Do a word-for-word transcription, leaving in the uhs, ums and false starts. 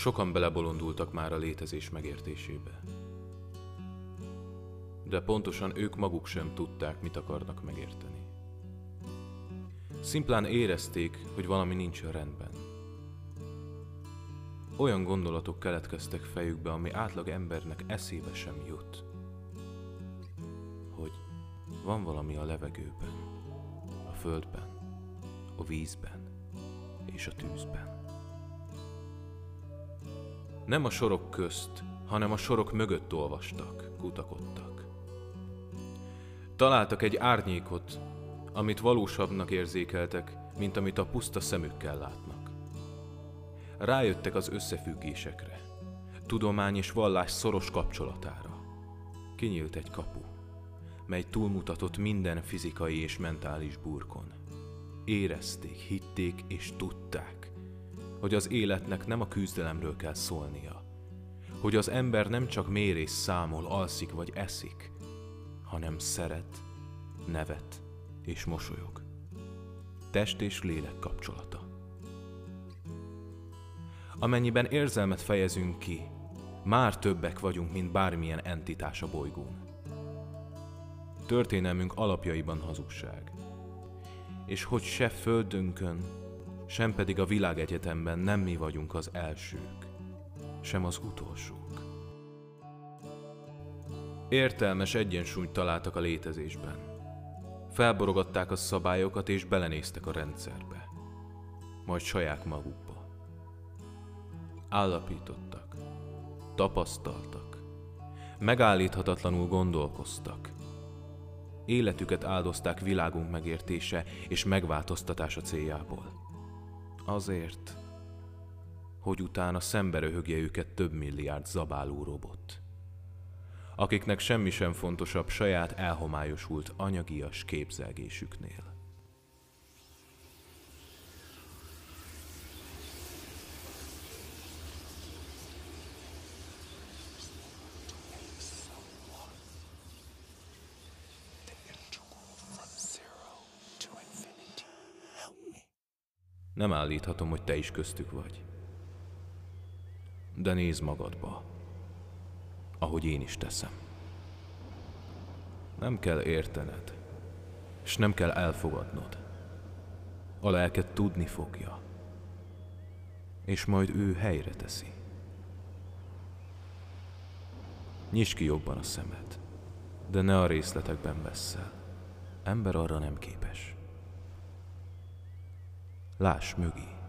Sokan belebolondultak már a létezés megértésébe. De pontosan ők maguk sem tudták, mit akarnak megérteni. Szimplán érezték, hogy valami nincs rendben. Olyan gondolatok keletkeztek fejükbe, ami átlag embernek eszébe sem jut. Hogy van valami a levegőben, a földben, a vízben és a tűzben. Nem a sorok közt, hanem a sorok mögött olvastak, kutakodtak. Találtak egy árnyékot, amit valósabbnak érzékeltek, mint amit a puszta szemükkel látnak. Rájöttek az összefüggésekre, tudomány és vallás szoros kapcsolatára. Kinyílt egy kapu, mely túlmutatott minden fizikai és mentális burkon. Érezték, hitték és tudták, hogy az életnek nem a küzdelemről kell szólnia, hogy az ember nem csak mér és számol, alszik vagy eszik, hanem szeret, nevet és mosolyog. Test és lélek kapcsolata. Amennyiben érzelmet fejezünk ki, már többek vagyunk, mint bármilyen entitás a bolygón. Történelmünk alapjaiban hazugság. És hogy se földünkön, sem pedig a világegyetemben nem mi vagyunk az elsők, sem az utolsók. Értelmes egyensúlyt találtak a létezésben. Felborogatták a szabályokat és belenéztek a rendszerbe, majd saját magukba. Állapítottak, tapasztaltak, megállíthatatlanul gondolkoztak. Életüket áldozták világunk megértése és megváltoztatása céljából. Azért, hogy utána szembe röhögje őket több milliárd zabáló robot, akiknek semmi sem fontosabb saját elhomályosult anyagias képzelgésüknél. Nem állíthatom, hogy te is köztük vagy. De nézd magadba, ahogy én is teszem. Nem kell értened, és nem kell elfogadnod. A lelked tudni fogja, és majd ő helyre teszi. Nyisd ki jobban a szemed, de ne a részletekben vesszel. Ember arra nem képes. Láss mögé.